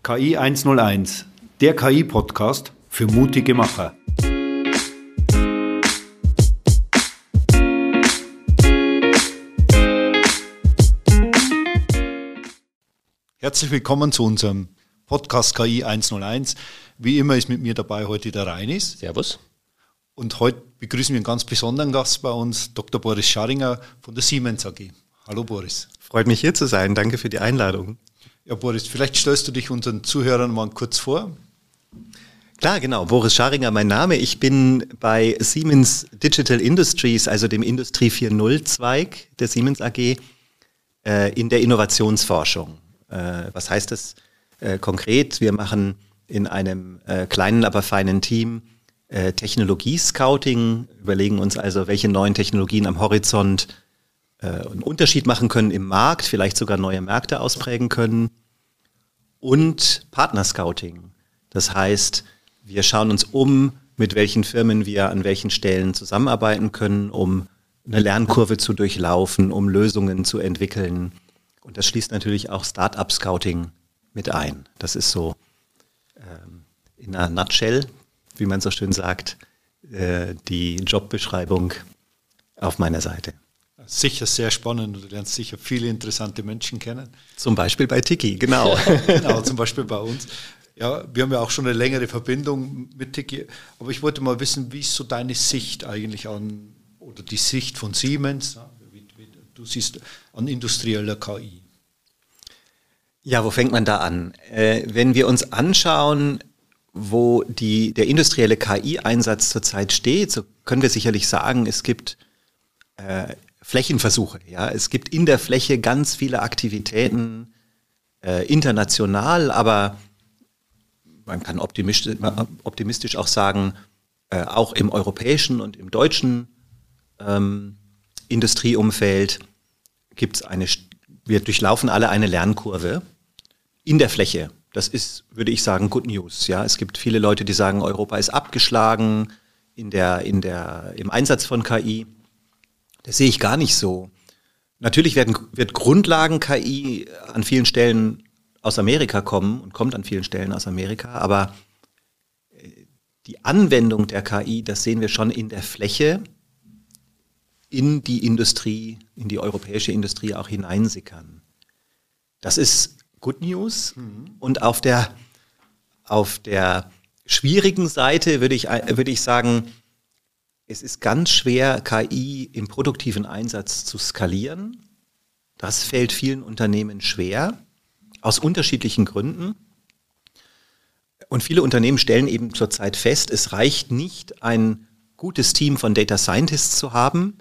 KI 101, der KI-Podcast für mutige Macher. Herzlich willkommen zu unserem Podcast KI 101. Wie immer ist mit mir dabei heute der Reinis. Servus. Und heute begrüßen wir einen ganz besonderen Gast bei uns, Dr. Boris Scharringer von der Siemens AG. Hallo Boris. Freut mich hier zu sein. Danke für die Einladung. Ja Boris, vielleicht stellst du dich unseren Zuhörern mal kurz vor. Klar, genau. Boris Scharringer, mein Name. Ich bin bei Siemens Digital Industries, also dem Industrie 4.0 Zweig der Siemens AG, in der Innovationsforschung. Was heißt das konkret? Wir machen in einem kleinen, aber feinen Team Technologie-Scouting, überlegen uns also, welche neuen Technologien am Horizont einen Unterschied machen können im Markt, vielleicht sogar neue Märkte ausprägen können. Und Partner-Scouting. Das heißt, wir schauen uns um, mit welchen Firmen wir an welchen Stellen zusammenarbeiten können, um eine Lernkurve zu durchlaufen, um Lösungen zu entwickeln. Und das schließt natürlich auch Start-up-Scouting mit ein. Das ist so in einer Nutshell, wie man so schön sagt, die Jobbeschreibung auf meiner Seite. Sicher sehr spannend und du lernst sicher viele interessante Menschen kennen. Zum Beispiel bei Tiki, genau. Genau, zum Beispiel bei uns. Ja, wir haben ja auch schon eine längere Verbindung mit Tiki, aber ich wollte mal wissen, wie ist so deine Sicht eigentlich an, oder die Sicht von Siemens, wie du siehst, an industrieller KI? Ja, wo fängt man da an? Wenn wir uns anschauen, wo der industrielle KI-Einsatz zurzeit steht, so können wir sicherlich sagen, es gibt Flächenversuche. Ja, es gibt in der Fläche ganz viele Aktivitäten, international, aber man kann optimistisch auch sagen, auch im europäischen und im deutschen Industrieumfeld wir durchlaufen alle eine Lernkurve in der Fläche. Das ist, würde ich sagen, Good News. Ja, es gibt viele Leute, die sagen, Europa ist abgeschlagen im Einsatz von KI. Das sehe ich gar nicht so. Natürlich wird Grundlagen-KI an vielen Stellen aus Amerika kommen und kommt an vielen Stellen aus Amerika, aber die Anwendung der KI, das sehen wir schon in der Fläche, in die Industrie, in die europäische Industrie auch hineinsickern. Das ist Good News. Und auf der schwierigen Seite würde ich sagen, es ist ganz schwer, KI im produktiven Einsatz zu skalieren. Das fällt vielen Unternehmen schwer, aus unterschiedlichen Gründen. Und viele Unternehmen stellen eben zurzeit fest, es reicht nicht, ein gutes Team von Data Scientists zu haben.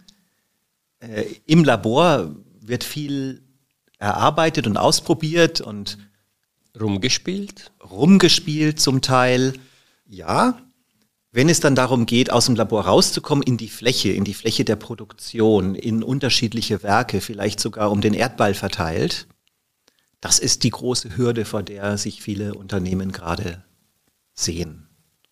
Im Labor wird viel erarbeitet und ausprobiert und rumgespielt zum Teil, ja. Wenn es dann darum geht, aus dem Labor rauszukommen in die Fläche der Produktion, in unterschiedliche Werke, vielleicht sogar um den Erdball verteilt, das ist die große Hürde, vor der sich viele Unternehmen gerade sehen.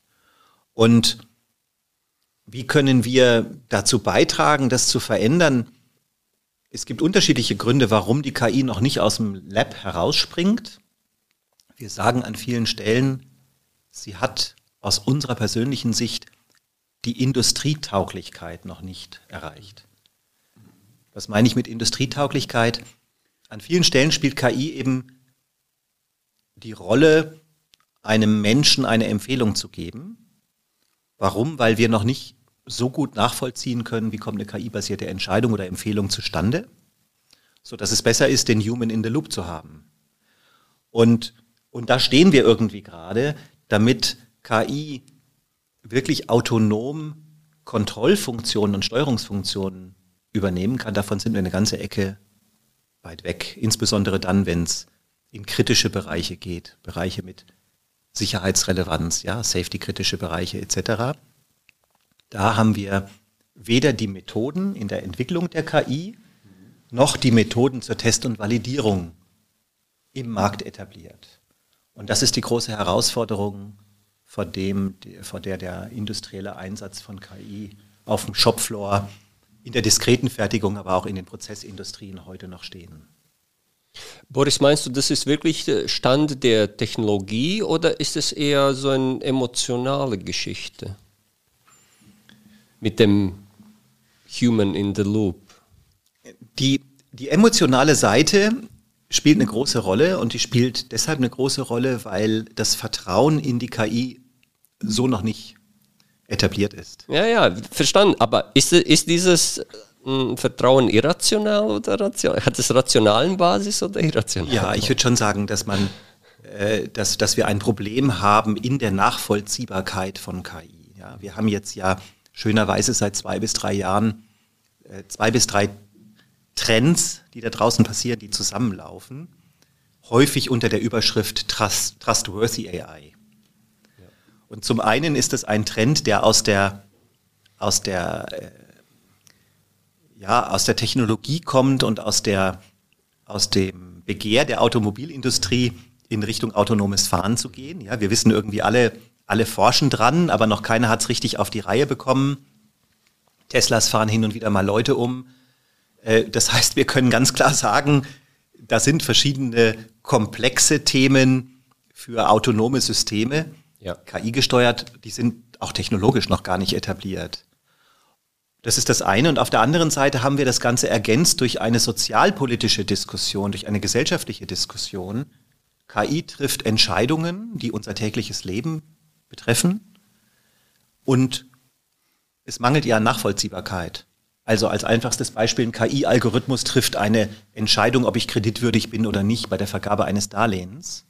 Und wie können wir dazu beitragen, das zu verändern? Es gibt unterschiedliche Gründe, warum die KI noch nicht aus dem Lab herausspringt. Wir sagen an vielen Stellen, sie hat aus unserer persönlichen Sicht die Industrietauglichkeit noch nicht erreicht. Was meine ich mit Industrietauglichkeit? An vielen Stellen spielt KI eben die Rolle, einem Menschen eine Empfehlung zu geben. Warum? Weil wir noch nicht so gut nachvollziehen können, wie kommt eine KI-basierte Entscheidung oder Empfehlung zustande, sodass es besser ist, den Human in the Loop zu haben. Und da stehen wir irgendwie gerade, damit KI wirklich autonom Kontrollfunktionen und Steuerungsfunktionen übernehmen kann. Davon sind wir eine ganze Ecke weit weg, insbesondere dann, wenn es in kritische Bereiche geht, Bereiche mit Sicherheitsrelevanz, ja, safety-kritische Bereiche etc. Da haben wir weder die Methoden in der Entwicklung der KI noch die Methoden zur Test- und Validierung im Markt etabliert. Und das ist die große Herausforderung, vor der der industrielle Einsatz von KI auf dem Shopfloor, in der diskreten Fertigung, aber auch in den Prozessindustrien heute noch stehen. Boris, meinst du, das ist wirklich der Stand der Technologie oder ist es eher so eine emotionale Geschichte mit dem Human in the Loop? Die emotionale Seite spielt eine große Rolle und die spielt deshalb eine große Rolle, weil das Vertrauen in die KI so noch nicht etabliert ist. Ja, verstanden. Aber ist dieses Vertrauen irrational oder rational? Hat es rationalen Basis oder irrational? Ja, ich würde schon sagen, dass dass wir ein Problem haben in der Nachvollziehbarkeit von KI. Ja, wir haben jetzt ja schönerweise seit 2 bis 3 Jahren 2 bis 3 Trends, die da draußen passieren, die zusammenlaufen, häufig unter der Überschrift Trustworthy AI. Ja. Und zum einen ist es ein Trend, der aus der Technologie kommt und aus dem Begehr der Automobilindustrie in Richtung autonomes Fahren zu gehen. Ja, wir wissen irgendwie alle forschen dran, aber noch keiner hat es richtig auf die Reihe bekommen. Teslas fahren hin und wieder mal Leute um. Das heißt, wir können ganz klar sagen, da sind verschiedene komplexe Themen für autonome Systeme, ja, KI gesteuert, die sind auch technologisch noch gar nicht etabliert. Das ist das eine. Und auf der anderen Seite haben wir das Ganze ergänzt durch eine sozialpolitische Diskussion, durch eine gesellschaftliche Diskussion. KI trifft Entscheidungen, die unser tägliches Leben betreffen. Und es mangelt ihr an Nachvollziehbarkeit. Also als einfachstes Beispiel, ein KI-Algorithmus trifft eine Entscheidung, ob ich kreditwürdig bin oder nicht bei der Vergabe eines Darlehens.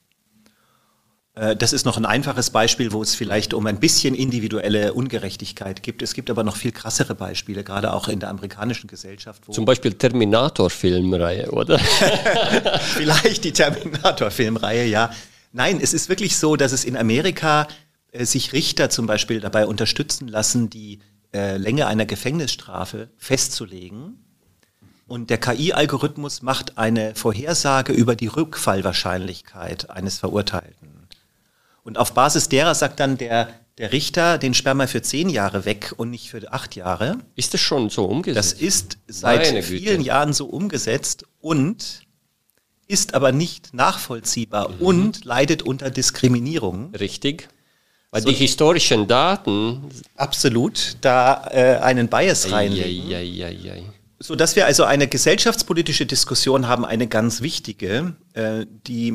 Das ist noch ein einfaches Beispiel, wo es vielleicht um ein bisschen individuelle Ungerechtigkeit gibt. Es gibt aber noch viel krassere Beispiele, gerade auch in der amerikanischen Gesellschaft. Zum Beispiel Terminator-Filmreihe, oder? Vielleicht die Terminator-Filmreihe, ja. Nein, es ist wirklich so, dass es in Amerika sich Richter zum Beispiel dabei unterstützen lassen, die Länge einer Gefängnisstrafe festzulegen. Und der KI-Algorithmus macht eine Vorhersage über die Rückfallwahrscheinlichkeit eines Verurteilten. Und auf Basis derer sagt dann der Richter, den sperren wir für 10 Jahre weg und nicht für 8 Jahre. Ist das schon so umgesetzt? Das ist seit vielen Jahren so umgesetzt und ist aber nicht nachvollziehbar und leidet unter Diskriminierung. Richtig. Weil die historischen Daten absolut da einen Bias reinlegen. Sodass wir also eine gesellschaftspolitische Diskussion haben, eine ganz wichtige, die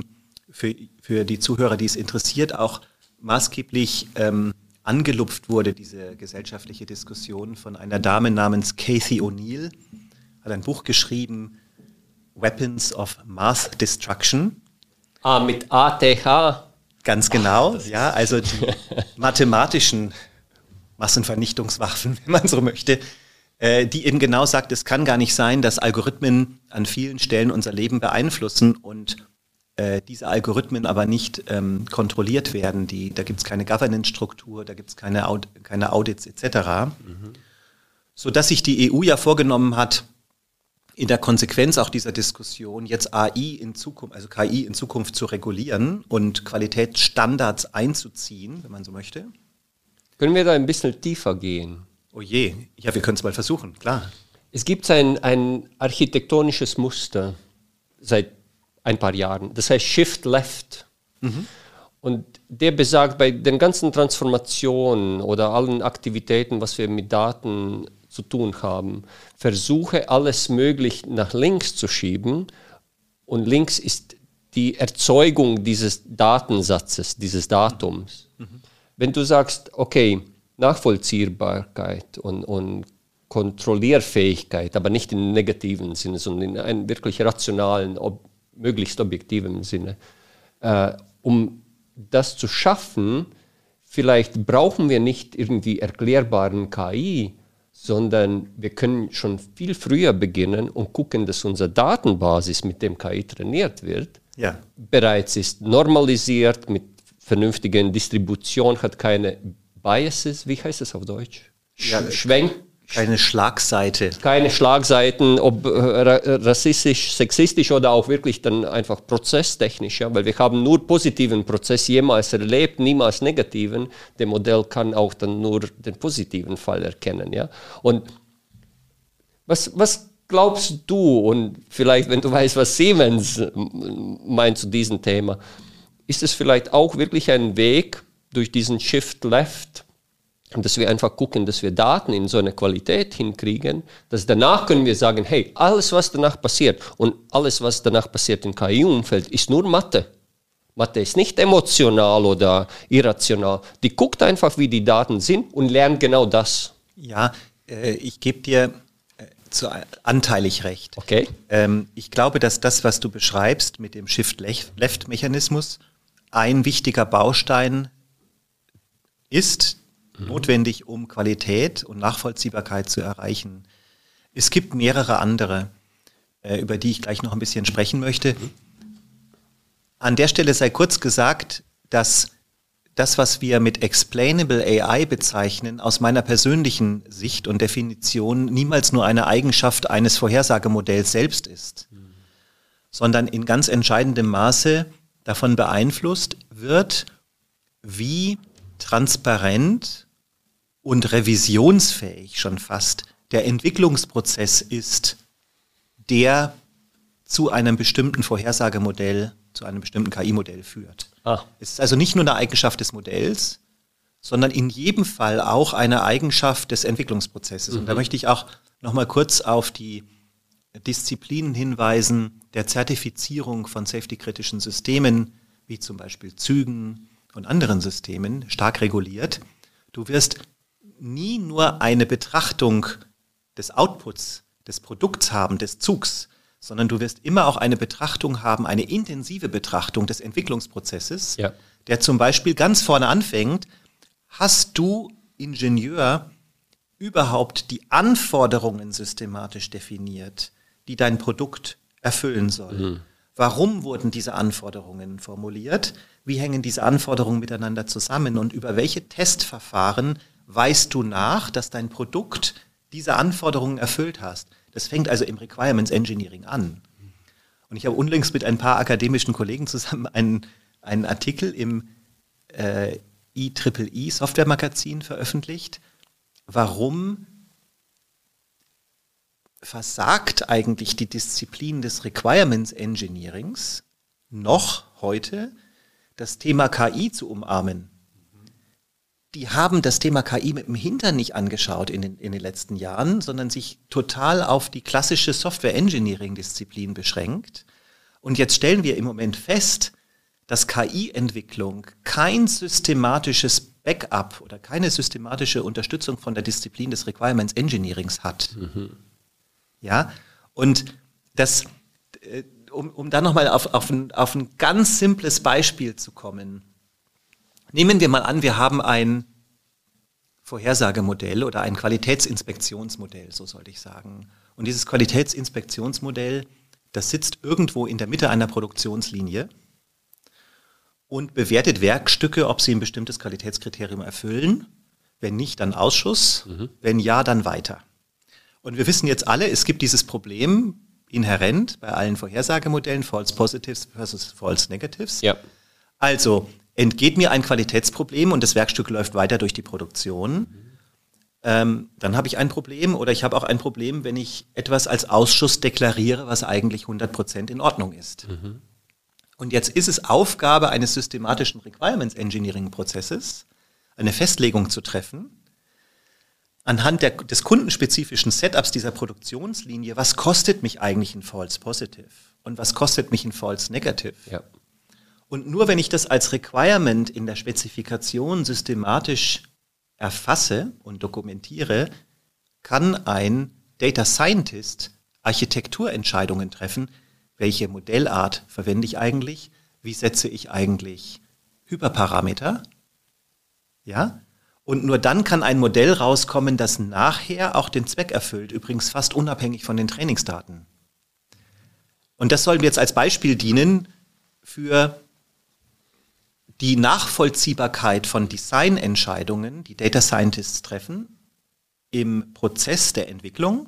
für die Zuhörer, die es interessiert, auch maßgeblich angelupft wurde, diese gesellschaftliche Diskussion von einer Dame namens Cathy O'Neill, hat ein Buch geschrieben, Weapons of Mass Destruction. Mit ATH. Ganz genau, ja, also die mathematischen Massenvernichtungswaffen, wenn man so möchte, die eben genau sagt, es kann gar nicht sein, dass Algorithmen an vielen Stellen unser Leben beeinflussen und diese Algorithmen aber nicht kontrolliert werden. Da gibt es keine Governance-Struktur, da gibt es keine Audits etc. Sodass sich die EU ja vorgenommen hat, in der Konsequenz auch dieser Diskussion jetzt KI in Zukunft zu regulieren und Qualitätsstandards einzuziehen, wenn man so möchte. Können wir da ein bisschen tiefer gehen? Oh je, ja, wir können es mal versuchen, klar. Es gibt ein architektonisches Muster seit ein paar Jahren, das heißt Shift Left. Und der besagt, bei den ganzen Transformationen oder allen Aktivitäten, was wir mit Daten zu tun haben, versuche alles möglich nach links zu schieben und links ist die Erzeugung dieses Datensatzes, dieses Datums. Wenn du sagst, okay, Nachvollziehbarkeit und Kontrollierfähigkeit, aber nicht im negativen Sinne, sondern in einem wirklich rationalen, möglichst objektiven Sinne, um das zu schaffen, vielleicht brauchen wir nicht irgendwie erklärbaren KI, sondern wir können schon viel früher beginnen und gucken, dass unsere Datenbasis, mit dem KI trainiert wird, bereits ist normalisiert, mit vernünftiger Distribution, hat keine Biases, wie heißt das auf Deutsch? Keine Schlagseite. Keine Schlagseiten, ob rassistisch, sexistisch oder auch wirklich dann einfach prozesstechnisch, ja? Weil wir haben nur positiven Prozess jemals erlebt, niemals negativen. Der Modell kann auch dann nur den positiven Fall erkennen. Ja? Und was glaubst du, und vielleicht, wenn du weißt, was Siemens meint zu diesem Thema, ist es vielleicht auch wirklich ein Weg durch diesen Shift Left, dass wir einfach gucken, dass wir Daten in so eine Qualität hinkriegen, dass danach können wir sagen, hey, alles, was danach passiert und alles, was danach passiert im KI-Umfeld, ist nur Mathe. Mathe ist nicht emotional oder irrational. Die guckt einfach, wie die Daten sind und lernt genau das. Ja, ich gebe dir anteilig recht. Okay. Ich glaube, dass das, was du beschreibst mit dem Shift-Left-Mechanismus, ein wichtiger Baustein ist, notwendig, um Qualität und Nachvollziehbarkeit zu erreichen. Es gibt mehrere andere, über die ich gleich noch ein bisschen sprechen möchte. An der Stelle sei kurz gesagt, dass das, was wir mit Explainable AI bezeichnen, aus meiner persönlichen Sicht und Definition niemals nur eine Eigenschaft eines Vorhersagemodells selbst ist, sondern in ganz entscheidendem Maße davon beeinflusst wird, wie transparent und revisionsfähig schon fast der Entwicklungsprozess ist, der zu einem bestimmten Vorhersagemodell, zu einem bestimmten KI-Modell führt. Es ist also nicht nur eine Eigenschaft des Modells, sondern in jedem Fall auch eine Eigenschaft des Entwicklungsprozesses. Und da möchte ich auch noch mal kurz auf die Disziplinen hinweisen der Zertifizierung von safety-kritischen Systemen, wie zum Beispiel Zügen und anderen Systemen, stark reguliert. Du wirst nie nur eine Betrachtung des Outputs, des Produkts haben, des Zugs, sondern du wirst immer auch eine Betrachtung haben, eine intensive Betrachtung des Entwicklungsprozesses, der zum Beispiel ganz vorne anfängt. Hast du, Ingenieur, überhaupt die Anforderungen systematisch definiert, die dein Produkt erfüllen soll? Warum wurden diese Anforderungen formuliert? Wie hängen diese Anforderungen miteinander zusammen? Und über welche Testverfahren weist du nach, dass dein Produkt diese Anforderungen erfüllt hast? Das fängt also im Requirements Engineering an. Und ich habe unlängst mit ein paar akademischen Kollegen zusammen einen Artikel im IEEE Software-Magazin veröffentlicht. Warum versagt eigentlich die Disziplin des Requirements Engineerings noch heute, das Thema KI zu umarmen? Die haben das Thema KI mit dem Hintern nicht angeschaut in den letzten Jahren, sondern sich total auf die klassische Software-Engineering-Disziplin beschränkt. Und jetzt stellen wir im Moment fest, dass KI-Entwicklung kein systematisches Backup oder keine systematische Unterstützung von der Disziplin des Requirements Engineerings hat. Ja, und das, um da nochmal auf ein ganz simples Beispiel zu kommen. Nehmen wir mal an, wir haben ein Vorhersagemodell oder ein Qualitätsinspektionsmodell, so sollte ich sagen. Und dieses Qualitätsinspektionsmodell, das sitzt irgendwo in der Mitte einer Produktionslinie und bewertet Werkstücke, ob sie ein bestimmtes Qualitätskriterium erfüllen. Wenn nicht, dann Ausschuss. Wenn ja, dann weiter. Und wir wissen jetzt alle, es gibt dieses Problem inhärent bei allen Vorhersagemodellen, False Positives versus False Negatives. Ja. Also entgeht mir ein Qualitätsproblem und das Werkstück läuft weiter durch die Produktion, dann habe ich ein Problem, oder ich habe auch ein Problem, wenn ich etwas als Ausschuss deklariere, was eigentlich 100% in Ordnung ist. Und jetzt ist es Aufgabe eines systematischen Requirements Engineering Prozesses, eine Festlegung zu treffen, anhand des kundenspezifischen Setups dieser Produktionslinie, was kostet mich eigentlich ein False Positive und was kostet mich ein False Negative? Ja. Und nur wenn ich das als Requirement in der Spezifikation systematisch erfasse und dokumentiere, kann ein Data Scientist Architekturentscheidungen treffen. Welche Modellart verwende ich eigentlich? Wie setze ich eigentlich Hyperparameter? Ja? Und nur dann kann ein Modell rauskommen, das nachher auch den Zweck erfüllt, übrigens fast unabhängig von den Trainingsdaten. Und das soll mir jetzt als Beispiel dienen für die Nachvollziehbarkeit von Designentscheidungen, die Data Scientists treffen, im Prozess der Entwicklung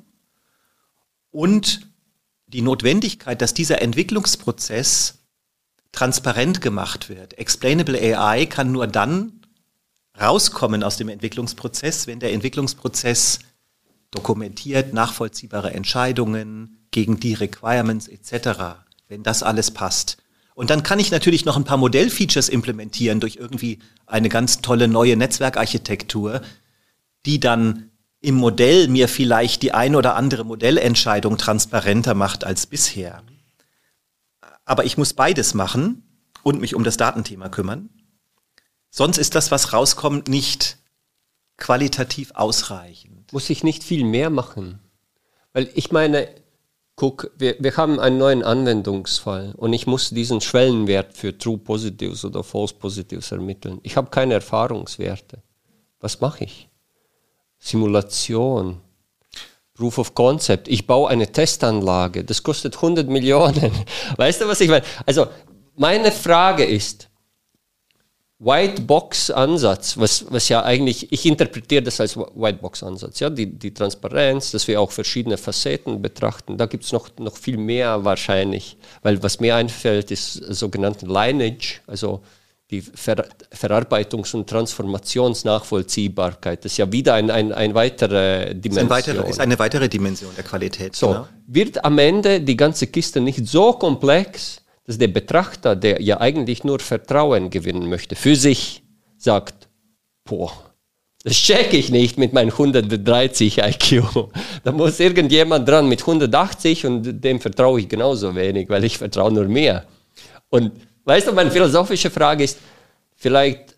und die Notwendigkeit, dass dieser Entwicklungsprozess transparent gemacht wird. Explainable AI kann nur dann rauskommen aus dem Entwicklungsprozess, wenn der Entwicklungsprozess dokumentiert, nachvollziehbare Entscheidungen gegen die Requirements etc., wenn das alles passt. Und dann kann ich natürlich noch ein paar Modellfeatures implementieren durch irgendwie eine ganz tolle neue Netzwerkarchitektur, die dann im Modell mir vielleicht die ein oder andere Modellentscheidung transparenter macht als bisher. Aber ich muss beides machen und mich um das Datenthema kümmern. Sonst ist das, was rauskommt, nicht qualitativ ausreichend. Muss ich nicht viel mehr machen? Weil ich meine, guck, wir haben einen neuen Anwendungsfall und ich muss diesen Schwellenwert für True Positives oder False Positives ermitteln. Ich habe keine Erfahrungswerte. Was mache ich? Simulation, Proof of Concept. Ich baue eine Testanlage, das kostet 100 Millionen. Weißt du, was ich meine? Also meine Frage ist, White-Box-Ansatz, was ja eigentlich, ich interpretiere das als White-Box-Ansatz, ja, die Transparenz, dass wir auch verschiedene Facetten betrachten, da gibt es noch viel mehr wahrscheinlich, weil was mir einfällt, ist sogenannte Lineage, also die Verarbeitungs- und Transformationsnachvollziehbarkeit. Das ist ja wieder eine weitere Dimension. Ist eine weitere Dimension der Qualität. So, genau. Wird am Ende die ganze Kiste nicht so komplex, dass der Betrachter, der ja eigentlich nur Vertrauen gewinnen möchte, für sich sagt, boah, das check ich nicht mit meinem 130 IQ. Da muss irgendjemand dran mit 180 und dem vertraue ich genauso wenig, weil ich vertraue nur mehr. Und weißt du, meine philosophische Frage ist vielleicht,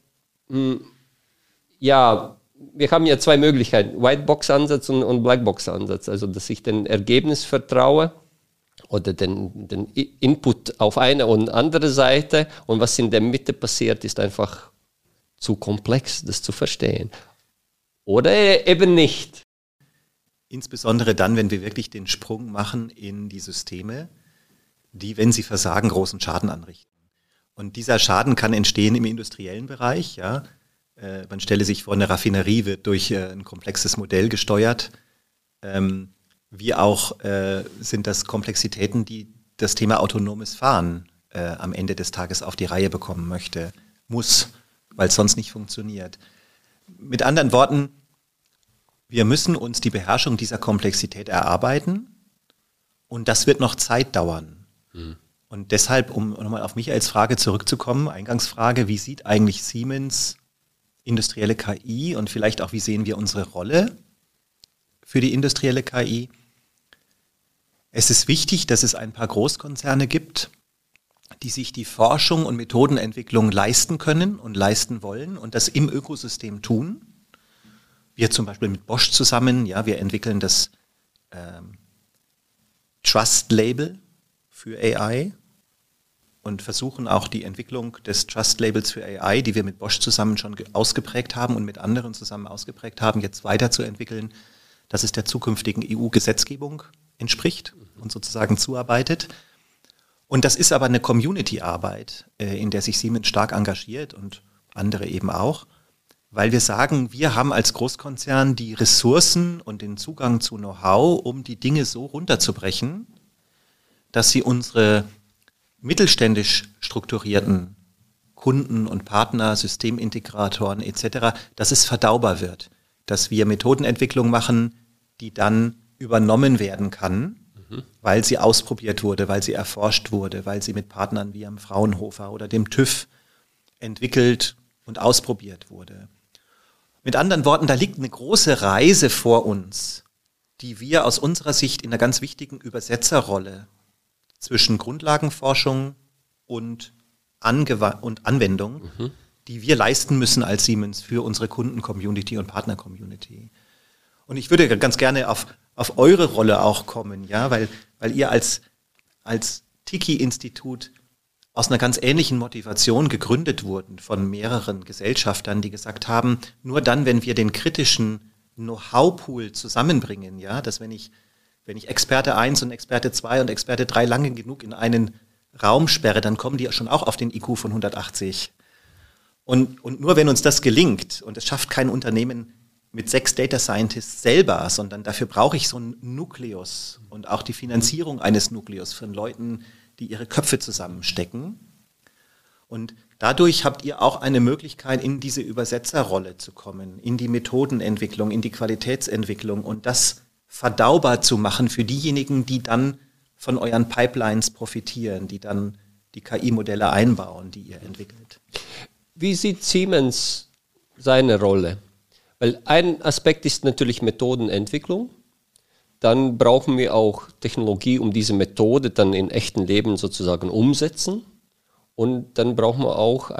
ja, wir haben ja zwei Möglichkeiten, Whitebox-Ansatz und Blackbox-Ansatz, also dass ich dem Ergebnis vertraue oder den Input auf eine und andere Seite und was in der Mitte passiert, ist einfach zu komplex, das zu verstehen. Oder eben nicht. Insbesondere dann, wenn wir wirklich den Sprung machen in die Systeme, die, wenn sie versagen, großen Schaden anrichten. Und dieser Schaden kann entstehen im industriellen Bereich. Ja. Man stelle sich vor, eine Raffinerie wird durch ein komplexes Modell gesteuert. Wie auch sind das Komplexitäten, die das Thema autonomes Fahren am Ende des Tages auf die Reihe bekommen muss, weil es sonst nicht funktioniert. Mit anderen Worten, wir müssen uns die Beherrschung dieser Komplexität erarbeiten und das wird noch Zeit dauern. Und deshalb, um nochmal auf Michaels Frage zurückzukommen, Eingangsfrage, wie sieht eigentlich Siemens industrielle KI und vielleicht auch, wie sehen wir unsere Rolle für die industrielle KI? Es ist wichtig, dass es ein paar Großkonzerne gibt, die sich die Forschung und Methodenentwicklung leisten können und leisten wollen und das im Ökosystem tun. Wir zum Beispiel mit Bosch zusammen, ja, wir entwickeln das Trust-Label für AI und versuchen auch die Entwicklung des Trust-Labels für AI, die wir mit Bosch zusammen schon ausgeprägt haben und mit anderen zusammen ausgeprägt haben, jetzt weiterzuentwickeln, dass es der zukünftigen EU-Gesetzgebung entspricht und sozusagen zuarbeitet. Und das ist aber eine Community-Arbeit, in der sich Siemens stark engagiert und andere eben auch, weil wir sagen, wir haben als Großkonzern die Ressourcen und den Zugang zu Know-how, um die Dinge so runterzubrechen, dass sie unsere mittelständisch strukturierten Kunden und Partner, Systemintegratoren etc., dass es verdaubar wird, dass wir Methodenentwicklung machen, die dann übernommen werden kann, weil sie ausprobiert wurde, weil sie erforscht wurde, weil sie mit Partnern wie am Fraunhofer oder dem TÜV entwickelt und ausprobiert wurde. Mit anderen Worten, da liegt eine große Reise vor uns, die wir aus unserer Sicht in einer ganz wichtigen Übersetzerrolle zwischen Grundlagenforschung und Anwendung, die wir leisten müssen als Siemens für unsere Kunden-Community und Partner-Community. Und ich würde ganz gerne auf eure Rolle auch kommen, ja, weil ihr als Tiki-Institut aus einer ganz ähnlichen Motivation gegründet wurden von mehreren Gesellschaftern, die gesagt haben, nur dann, wenn wir den kritischen Know-how-Pool zusammenbringen, ja, dass wenn ich Experte 1 und Experte 2 und Experte 3 lange genug in einen Raum sperre, dann kommen die ja schon auch auf den IQ von 180. Und nur wenn uns das gelingt, und es schafft kein Unternehmen mit 6 Data Scientists selber, sondern dafür brauche ich so einen Nukleus und auch die Finanzierung eines Nukleus von Leuten, die ihre Köpfe zusammenstecken. Und dadurch habt ihr auch eine Möglichkeit, in diese Übersetzerrolle zu kommen, in die Methodenentwicklung, in die Qualitätsentwicklung und das verdaubar zu machen für diejenigen, die dann von euren Pipelines profitieren, die dann die KI-Modelle einbauen, die ihr entwickelt. Wie sieht Siemens seine Rolle? Weil ein Aspekt ist natürlich Methodenentwicklung. Dann brauchen wir auch Technologie, um diese Methode dann in echten Leben sozusagen umsetzen. Und dann brauchen wir auch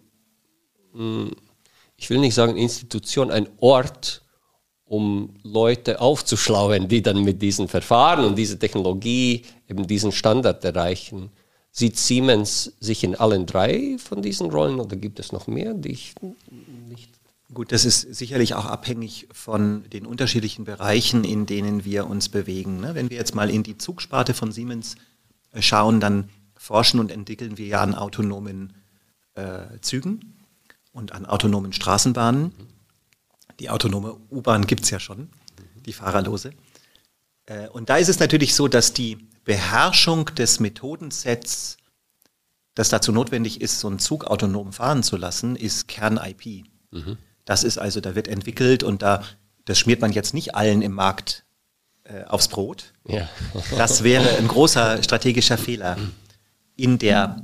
ich will nicht sagen Institution, ein Ort, um Leute aufzuschlauen, die dann mit diesen Verfahren und dieser Technologie eben diesen Standard erreichen. Sieht Siemens sich in allen drei von diesen Rollen oder gibt es noch mehr, die ich nicht... Gut, das ist sicherlich auch abhängig von den unterschiedlichen Bereichen, in denen wir uns bewegen. Wenn wir jetzt mal in die Zugsparte von Siemens schauen, dann forschen und entwickeln wir ja an autonomen Zügen und an autonomen Straßenbahnen. Die autonome U-Bahn gibt es ja schon, die fahrerlose. Und da ist es natürlich so, dass die Beherrschung des Methodensets, das dazu notwendig ist, so einen Zug autonom fahren zu lassen, ist Kern-IP. Das ist also, da wird entwickelt und das schmiert man jetzt nicht allen im Markt aufs Brot. Ja. Das wäre ein großer strategischer Fehler. In der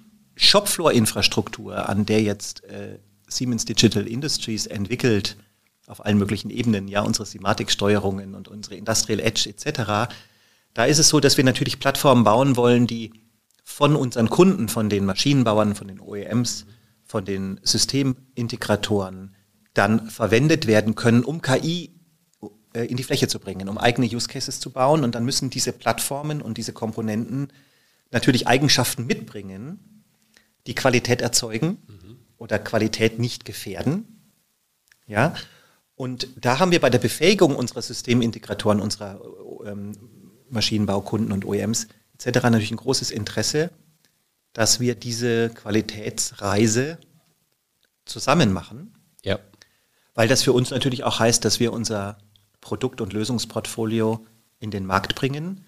Shopfloor-Infrastruktur, an der jetzt Siemens Digital Industries entwickelt, auf allen möglichen Ebenen, ja, unsere Simatic-Steuerungen und unsere Industrial Edge etc., da ist es so, dass wir natürlich Plattformen bauen wollen, die von unseren Kunden, von den Maschinenbauern, von den OEMs, von den Systemintegratoren dann verwendet werden können, um KI in die Fläche zu bringen, um eigene Use Cases zu bauen. Und dann müssen diese Plattformen und diese Komponenten natürlich Eigenschaften mitbringen, die Qualität erzeugen oder Qualität nicht gefährden. Ja? Und da haben wir bei der Befähigung unserer Systemintegratoren, unserer Maschinenbaukunden und OEMs etc. natürlich ein großes Interesse, dass wir diese Qualitätsreise zusammen machen. Ja. Weil das für uns natürlich auch heißt, dass wir unser Produkt- und Lösungsportfolio in den Markt bringen.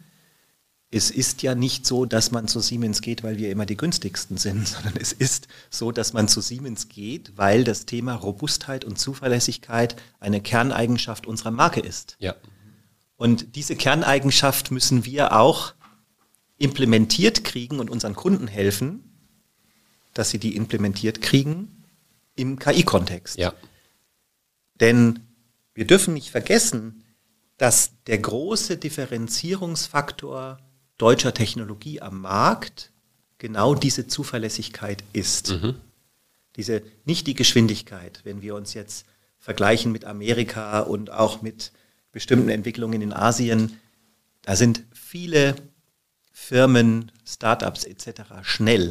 Es ist ja nicht so, dass man zu Siemens geht, weil wir immer die günstigsten sind, sondern es ist so, dass man zu Siemens geht, weil das Thema Robustheit und Zuverlässigkeit eine Kerneigenschaft unserer Marke ist. Ja. Und diese Kerneigenschaft müssen wir auch implementiert kriegen und unseren Kunden helfen, dass sie die implementiert kriegen im KI-Kontext. Ja. Denn wir dürfen nicht vergessen, dass der große Differenzierungsfaktor deutscher Technologie am Markt genau diese Zuverlässigkeit ist. Nicht die Geschwindigkeit, wenn wir uns jetzt vergleichen mit Amerika und auch mit bestimmten Entwicklungen in Asien, da sind viele Firmen, Startups etc. schnell.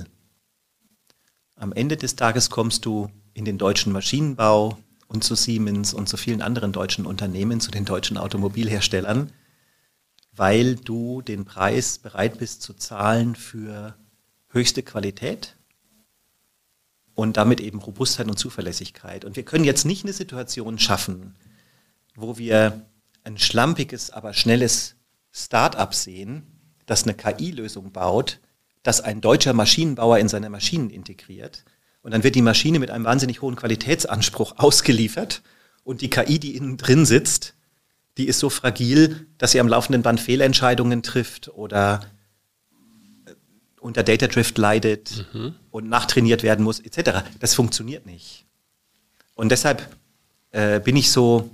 Am Ende des Tages kommst du in den deutschen Maschinenbau und zu Siemens und zu vielen anderen deutschen Unternehmen, zu den deutschen Automobilherstellern, weil du den Preis bereit bist zu zahlen für höchste Qualität und damit eben Robustheit und Zuverlässigkeit. Und wir können jetzt nicht eine Situation schaffen, wo wir ein schlampiges, aber schnelles Start-up sehen, das eine KI-Lösung baut, das ein deutscher Maschinenbauer in seine Maschinen integriert. Und dann wird die Maschine mit einem wahnsinnig hohen Qualitätsanspruch ausgeliefert und die KI, die innen drin sitzt, die ist so fragil, dass sie am laufenden Band Fehlentscheidungen trifft oder unter Data Drift leidet und nachtrainiert werden muss, etc. Das funktioniert nicht. Und deshalb bin ich so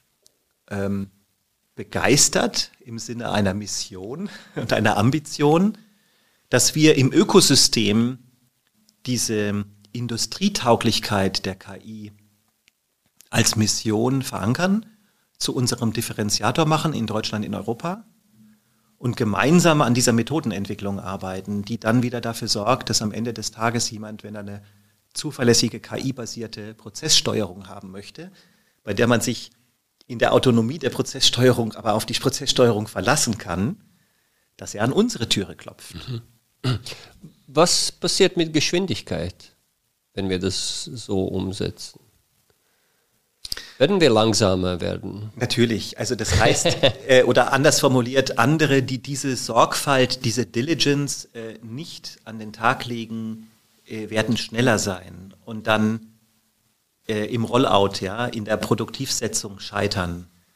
begeistert im Sinne einer Mission und einer Ambition, dass wir im Ökosystem diese Industrietauglichkeit der KI als Mission verankern, zu unserem Differenziator machen in Deutschland, in Europa und gemeinsam an dieser Methodenentwicklung arbeiten, die dann wieder dafür sorgt, dass am Ende des Tages jemand, wenn er eine zuverlässige KI-basierte Prozesssteuerung haben möchte, bei der man sich in der Autonomie der Prozesssteuerung aber auf die Prozesssteuerung verlassen kann, dass er an unsere Türe klopft. Was passiert mit Geschwindigkeit, wenn wir das so umsetzen? Werden wir langsamer werden? Natürlich. Also das heißt, oder anders formuliert, andere, die diese Sorgfalt, diese Diligence nicht an den Tag legen, werden schneller sein und dann im Rollout, ja, in der Produktivsetzung scheitern.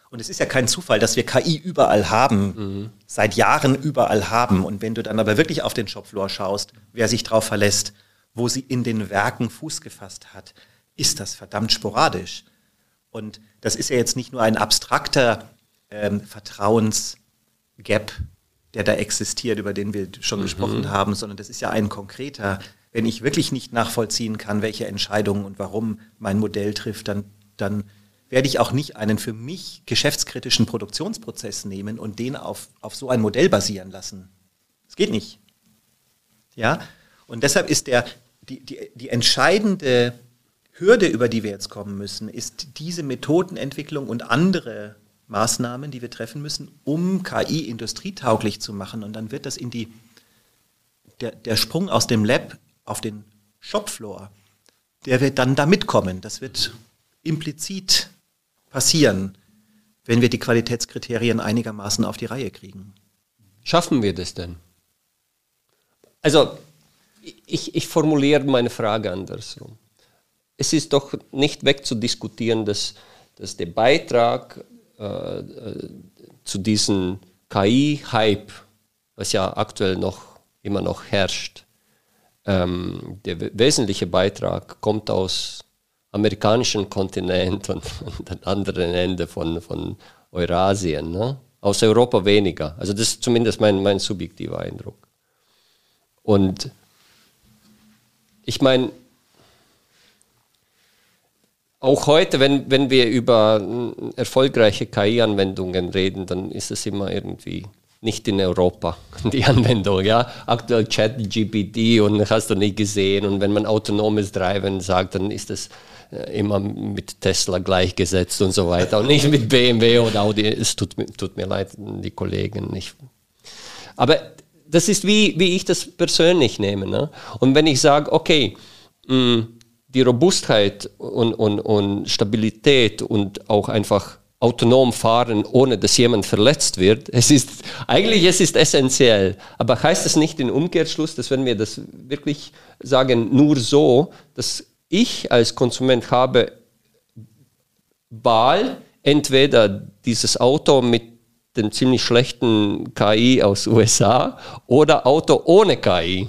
Und es ist ja kein Zufall, dass wir KI überall haben, seit Jahren überall haben. Und wenn du dann aber wirklich auf den Shopfloor schaust, wer sich darauf verlässt, wo sie in den Werken Fuß gefasst hat, ist das verdammt sporadisch. Und das ist ja jetzt nicht nur ein abstrakter Vertrauensgap, der da existiert, über den wir schon gesprochen haben, sondern das ist ja ein konkreter. Wenn ich wirklich nicht nachvollziehen kann, welche Entscheidungen und warum mein Modell trifft, dann werde ich auch nicht einen für mich geschäftskritischen Produktionsprozess nehmen und den auf so ein Modell basieren lassen. Das geht nicht. Ja? Und deshalb ist die entscheidende Hürde, über die wir jetzt kommen müssen, ist diese Methodenentwicklung und andere Maßnahmen, die wir treffen müssen, um KI industrietauglich zu machen. Und dann wird das der Sprung aus dem Lab auf den Shopfloor, der wird dann da mitkommen. Das wird implizit passieren, wenn wir die Qualitätskriterien einigermaßen auf die Reihe kriegen. Schaffen wir das denn? Also, ich formuliere meine Frage andersrum. Es ist doch nicht wegzudiskutieren, dass der Beitrag zu diesem KI-Hype, was ja aktuell immer noch herrscht, der wesentliche Beitrag kommt aus amerikanischen Kontinent und am anderen Ende von Eurasien, ne? Aus Europa weniger. Also das ist zumindest mein subjektiver Eindruck. Und ich meine, auch heute, wenn wir über erfolgreiche KI-Anwendungen reden, dann ist es immer irgendwie nicht in Europa, die Anwendung. Ja? Aktuell ChatGPT und hast du nicht gesehen. Und wenn man autonomes Driven sagt, dann ist es immer mit Tesla gleichgesetzt und so weiter. Und nicht mit BMW oder Audi. Es tut mir leid, die Kollegen nicht. Aber das ist, wie ich das persönlich nehme. Ne? Und wenn ich sage, okay, die Robustheit und Stabilität und auch einfach autonom fahren, ohne dass jemand verletzt wird, es ist essentiell. Aber heißt es nicht im Umkehrschluss, dass wenn wir das wirklich sagen, nur so, dass ich als Konsument habe Wahl, entweder dieses Auto mit dem ziemlich schlechten KI aus USA oder Auto ohne KI?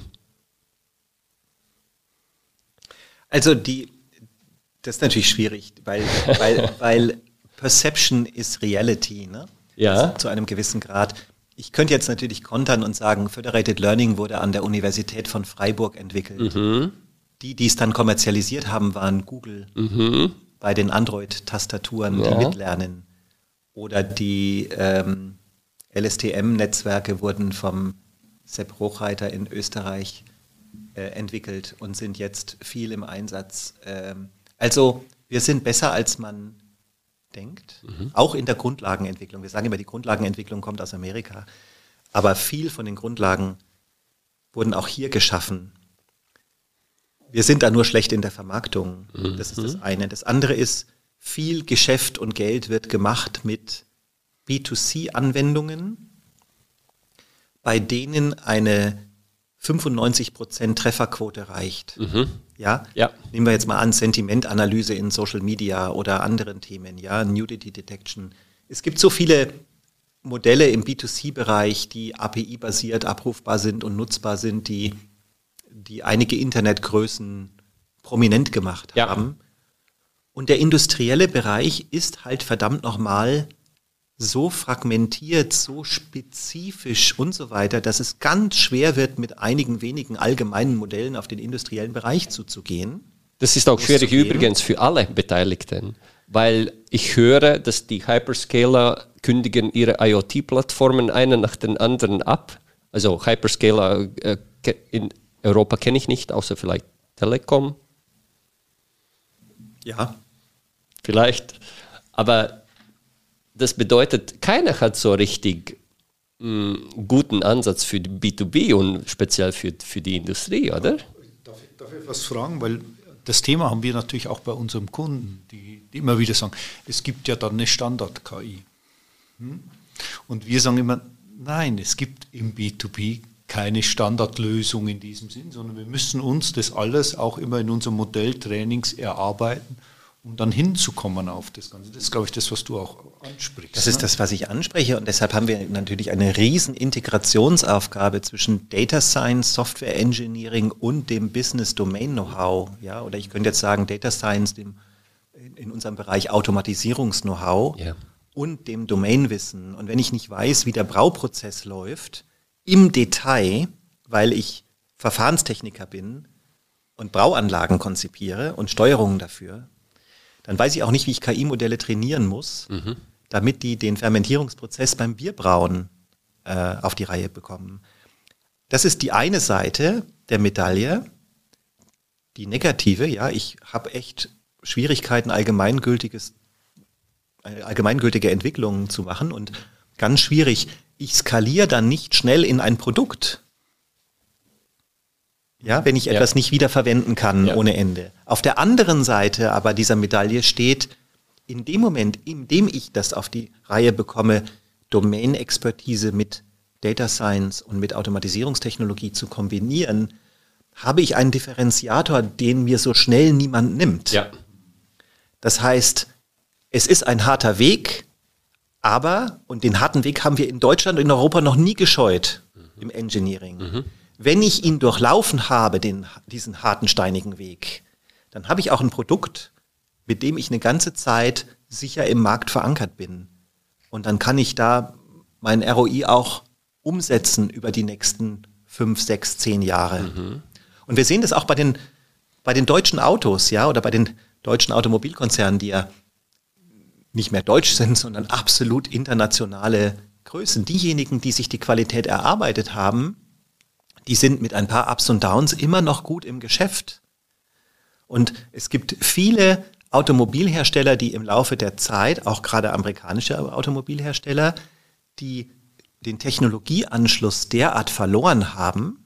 Also das ist natürlich schwierig, weil Perception is Reality, ne? Ja. Also zu einem gewissen Grad. Ich könnte jetzt natürlich kontern und sagen, Federated Learning wurde an der Universität von Freiburg entwickelt. Die es dann kommerzialisiert haben, waren Google bei den Android-Tastaturen, die mitlernen. Oder die LSTM-Netzwerke wurden vom Sepp Hochreiter in Österreich entwickelt und sind jetzt viel im Einsatz. Also wir sind besser, als man denkt, auch in der Grundlagenentwicklung. Wir sagen immer, die Grundlagenentwicklung kommt aus Amerika, aber viel von den Grundlagen wurden auch hier geschaffen. Wir sind da nur schlecht in der Vermarktung. Das ist das eine. Das andere ist, viel Geschäft und Geld wird gemacht mit B2C-Anwendungen, bei denen eine 95% Trefferquote reicht. Ja? Nehmen wir jetzt mal an, Sentimentanalyse in Social Media oder anderen Themen, ja, Nudity Detection. Es gibt so viele Modelle im B2C-Bereich, die API-basiert abrufbar sind und nutzbar sind, die einige Internetgrößen prominent gemacht haben. Und der industrielle Bereich ist halt verdammt nochmal so fragmentiert, so spezifisch und so weiter, dass es ganz schwer wird, mit einigen wenigen allgemeinen Modellen auf den industriellen Bereich zuzugehen. Das ist auch schwierig übrigens für alle Beteiligten, weil ich höre, dass die Hyperscaler kündigen ihre IoT-Plattformen eine nach den anderen ab. Also Hyperscaler in Europa kenne ich nicht, außer vielleicht Telekom. Ja. Vielleicht. Aber das bedeutet, keiner hat so richtig guten Ansatz für die B2B und speziell für die Industrie, oder? Darf ich was fragen? Weil das Thema haben wir natürlich auch bei unserem Kunden, die immer wieder sagen, es gibt ja dann eine Standard-KI. Und wir sagen immer, nein, es gibt im B2B keine Standardlösung in diesem Sinn, sondern wir müssen uns das alles auch immer in unserem Modelltrainings erarbeiten um dann hinzukommen auf das Ganze. Das ist, glaube ich, das, was du auch ansprichst. Das ist das, was ich anspreche und deshalb haben wir natürlich eine riesen Integrationsaufgabe zwischen Data Science, Software Engineering und dem Business Domain Know-how. Ja, oder ich könnte jetzt sagen Data Science in unserem Bereich Automatisierungs-Know-how und dem Domainwissen. Und wenn ich nicht weiß, wie der Brauprozess läuft, im Detail, weil ich Verfahrenstechniker bin und Brauanlagen konzipiere und Steuerungen dafür, dann weiß ich auch nicht, wie ich KI-Modelle trainieren muss, damit die den Fermentierungsprozess beim Bierbrauen auf die Reihe bekommen. Das ist die eine Seite der Medaille, die negative. Ja, ich habe echt Schwierigkeiten, allgemeingültige Entwicklungen zu machen und ganz schwierig, ich skaliere dann nicht schnell in ein Produkt. Ja, wenn ich etwas nicht wiederverwenden kann ohne Ende. Auf der anderen Seite aber dieser Medaille steht, in dem Moment, in dem ich das auf die Reihe bekomme, Domain-Expertise mit Data Science und mit Automatisierungstechnologie zu kombinieren, habe ich einen Differenziator, den mir so schnell niemand nimmt. Ja. Das heißt, es ist ein harter Weg, aber, und den harten Weg haben wir in Deutschland und in Europa noch nie gescheut im Engineering. Wenn ich ihn durchlaufen habe, diesen harten, steinigen Weg, dann habe ich auch ein Produkt, mit dem ich eine ganze Zeit sicher im Markt verankert bin. Und dann kann ich da mein ROI auch umsetzen über die nächsten 5, 6, 10 Jahre. Und wir sehen das auch bei den deutschen Autos, ja, oder bei den deutschen Automobilkonzernen, die ja nicht mehr deutsch sind, sondern absolut internationale Größen. Diejenigen, die sich die Qualität erarbeitet haben, die sind mit ein paar Ups und Downs immer noch gut im Geschäft. Und es gibt viele Automobilhersteller, die im Laufe der Zeit, auch gerade amerikanische Automobilhersteller, die den Technologieanschluss derart verloren haben,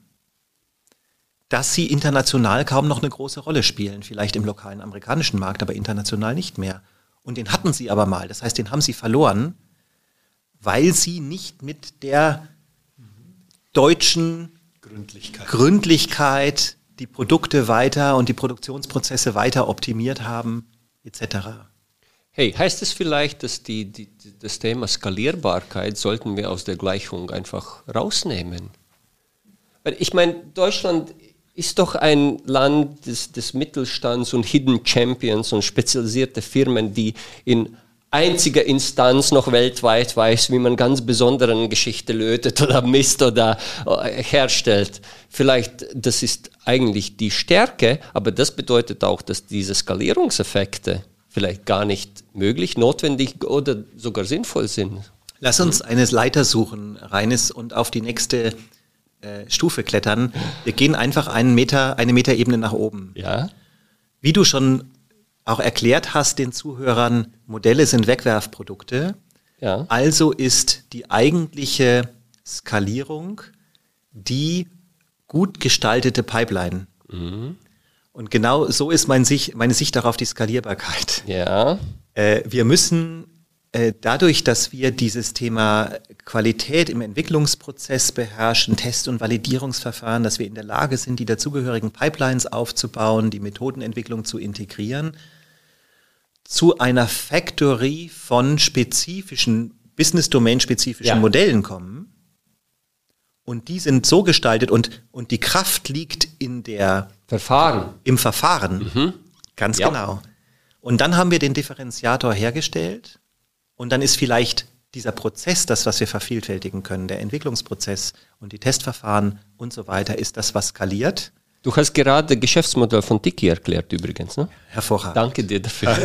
dass sie international kaum noch eine große Rolle spielen. Vielleicht im lokalen amerikanischen Markt, aber international nicht mehr. Und den hatten sie aber mal. Das heißt, den haben sie verloren, weil sie nicht mit der deutschen Gründlichkeit die Produkte weiter und die Produktionsprozesse weiter optimiert haben, etc. Hey, heißt es vielleicht, dass das Thema Skalierbarkeit sollten wir aus der Gleichung einfach rausnehmen? Weil ich meine, Deutschland ist doch ein Land des Mittelstands und Hidden Champions und spezialisierte Firmen, die in einziger Instanz noch weltweit weiß, wie man ganz besondere Geschichte lötet oder misst oder herstellt. Vielleicht, das ist eigentlich die Stärke, aber das bedeutet auch, dass diese Skalierungseffekte vielleicht gar nicht möglich, notwendig oder sogar sinnvoll sind. Lass uns eine Leiter suchen, Reines, und auf die nächste Stufe klettern. Wir gehen einfach eine Meterebene nach oben. Ja. Wie du schon auch erklärt hast den Zuhörern, Modelle sind Wegwerfprodukte. Ja. Also ist die eigentliche Skalierung die gut gestaltete Pipeline. Und genau so ist meine Sicht darauf die Skalierbarkeit. Ja. Wir müssen dadurch, dass wir dieses Thema Qualität im Entwicklungsprozess beherrschen, Test- und Validierungsverfahren, dass wir in der Lage sind, die dazugehörigen Pipelines aufzubauen, die Methodenentwicklung zu integrieren, zu einer Factory von spezifischen, Business-Domain-spezifischen Modellen kommen. Und die sind so gestaltet und die Kraft liegt im Verfahren. Ganz genau. Und dann haben wir den Differenziator hergestellt. Und dann ist vielleicht dieser Prozess, das, was wir vervielfältigen können, der Entwicklungsprozess und die Testverfahren und so weiter, ist das, was skaliert. Du hast gerade das Geschäftsmodell von Tiki erklärt übrigens, ne? Hervorragend. Danke dir dafür.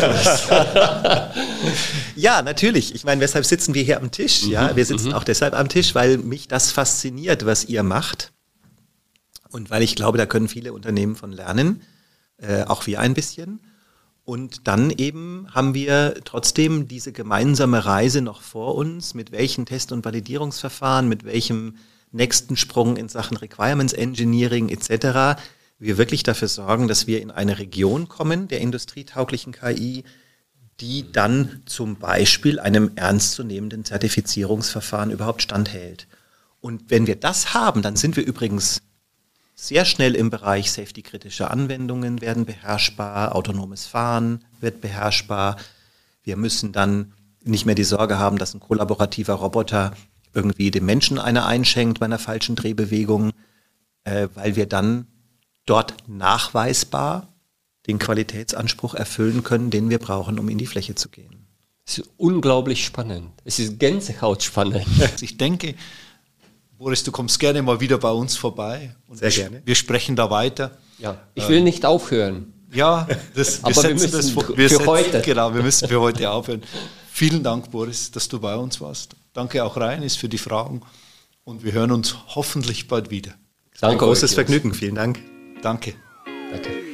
Ja, natürlich. Ich meine, weshalb sitzen wir hier am Tisch? Ja, wir sitzen auch deshalb am Tisch, weil mich das fasziniert, was ihr macht. Und weil ich glaube, da können viele Unternehmen von lernen, auch wir ein bisschen. Und dann eben haben wir trotzdem diese gemeinsame Reise noch vor uns, mit welchen Test- und Validierungsverfahren, mit welchem nächsten Sprung in Sachen Requirements Engineering etc. wir wirklich dafür sorgen, dass wir in eine Region kommen der industrietauglichen KI, die dann zum Beispiel einem ernstzunehmenden Zertifizierungsverfahren überhaupt standhält. Und wenn wir das haben, dann sind wir übrigens sehr schnell im Bereich safety-kritische Anwendungen werden beherrschbar, autonomes Fahren wird beherrschbar. Wir müssen dann nicht mehr die Sorge haben, dass ein kollaborativer Roboter irgendwie dem Menschen eine einschenkt bei einer falschen Drehbewegung, weil wir dann dort nachweisbar den Qualitätsanspruch erfüllen können, den wir brauchen, um in die Fläche zu gehen. Es ist unglaublich spannend. Es ist gänsehautspannend. Ich denke, Boris, du kommst gerne mal wieder bei uns vorbei. Und sehr gerne. Wir sprechen da weiter. Ja, ich will nicht aufhören. Ja, wir müssen für heute aufhören. Vielen Dank, Boris, dass du bei uns warst. Danke auch Reinis für die Fragen. Und wir hören uns hoffentlich bald wieder. Danke, ein großes Vergnügen. Vielen Dank. Danke. Danke.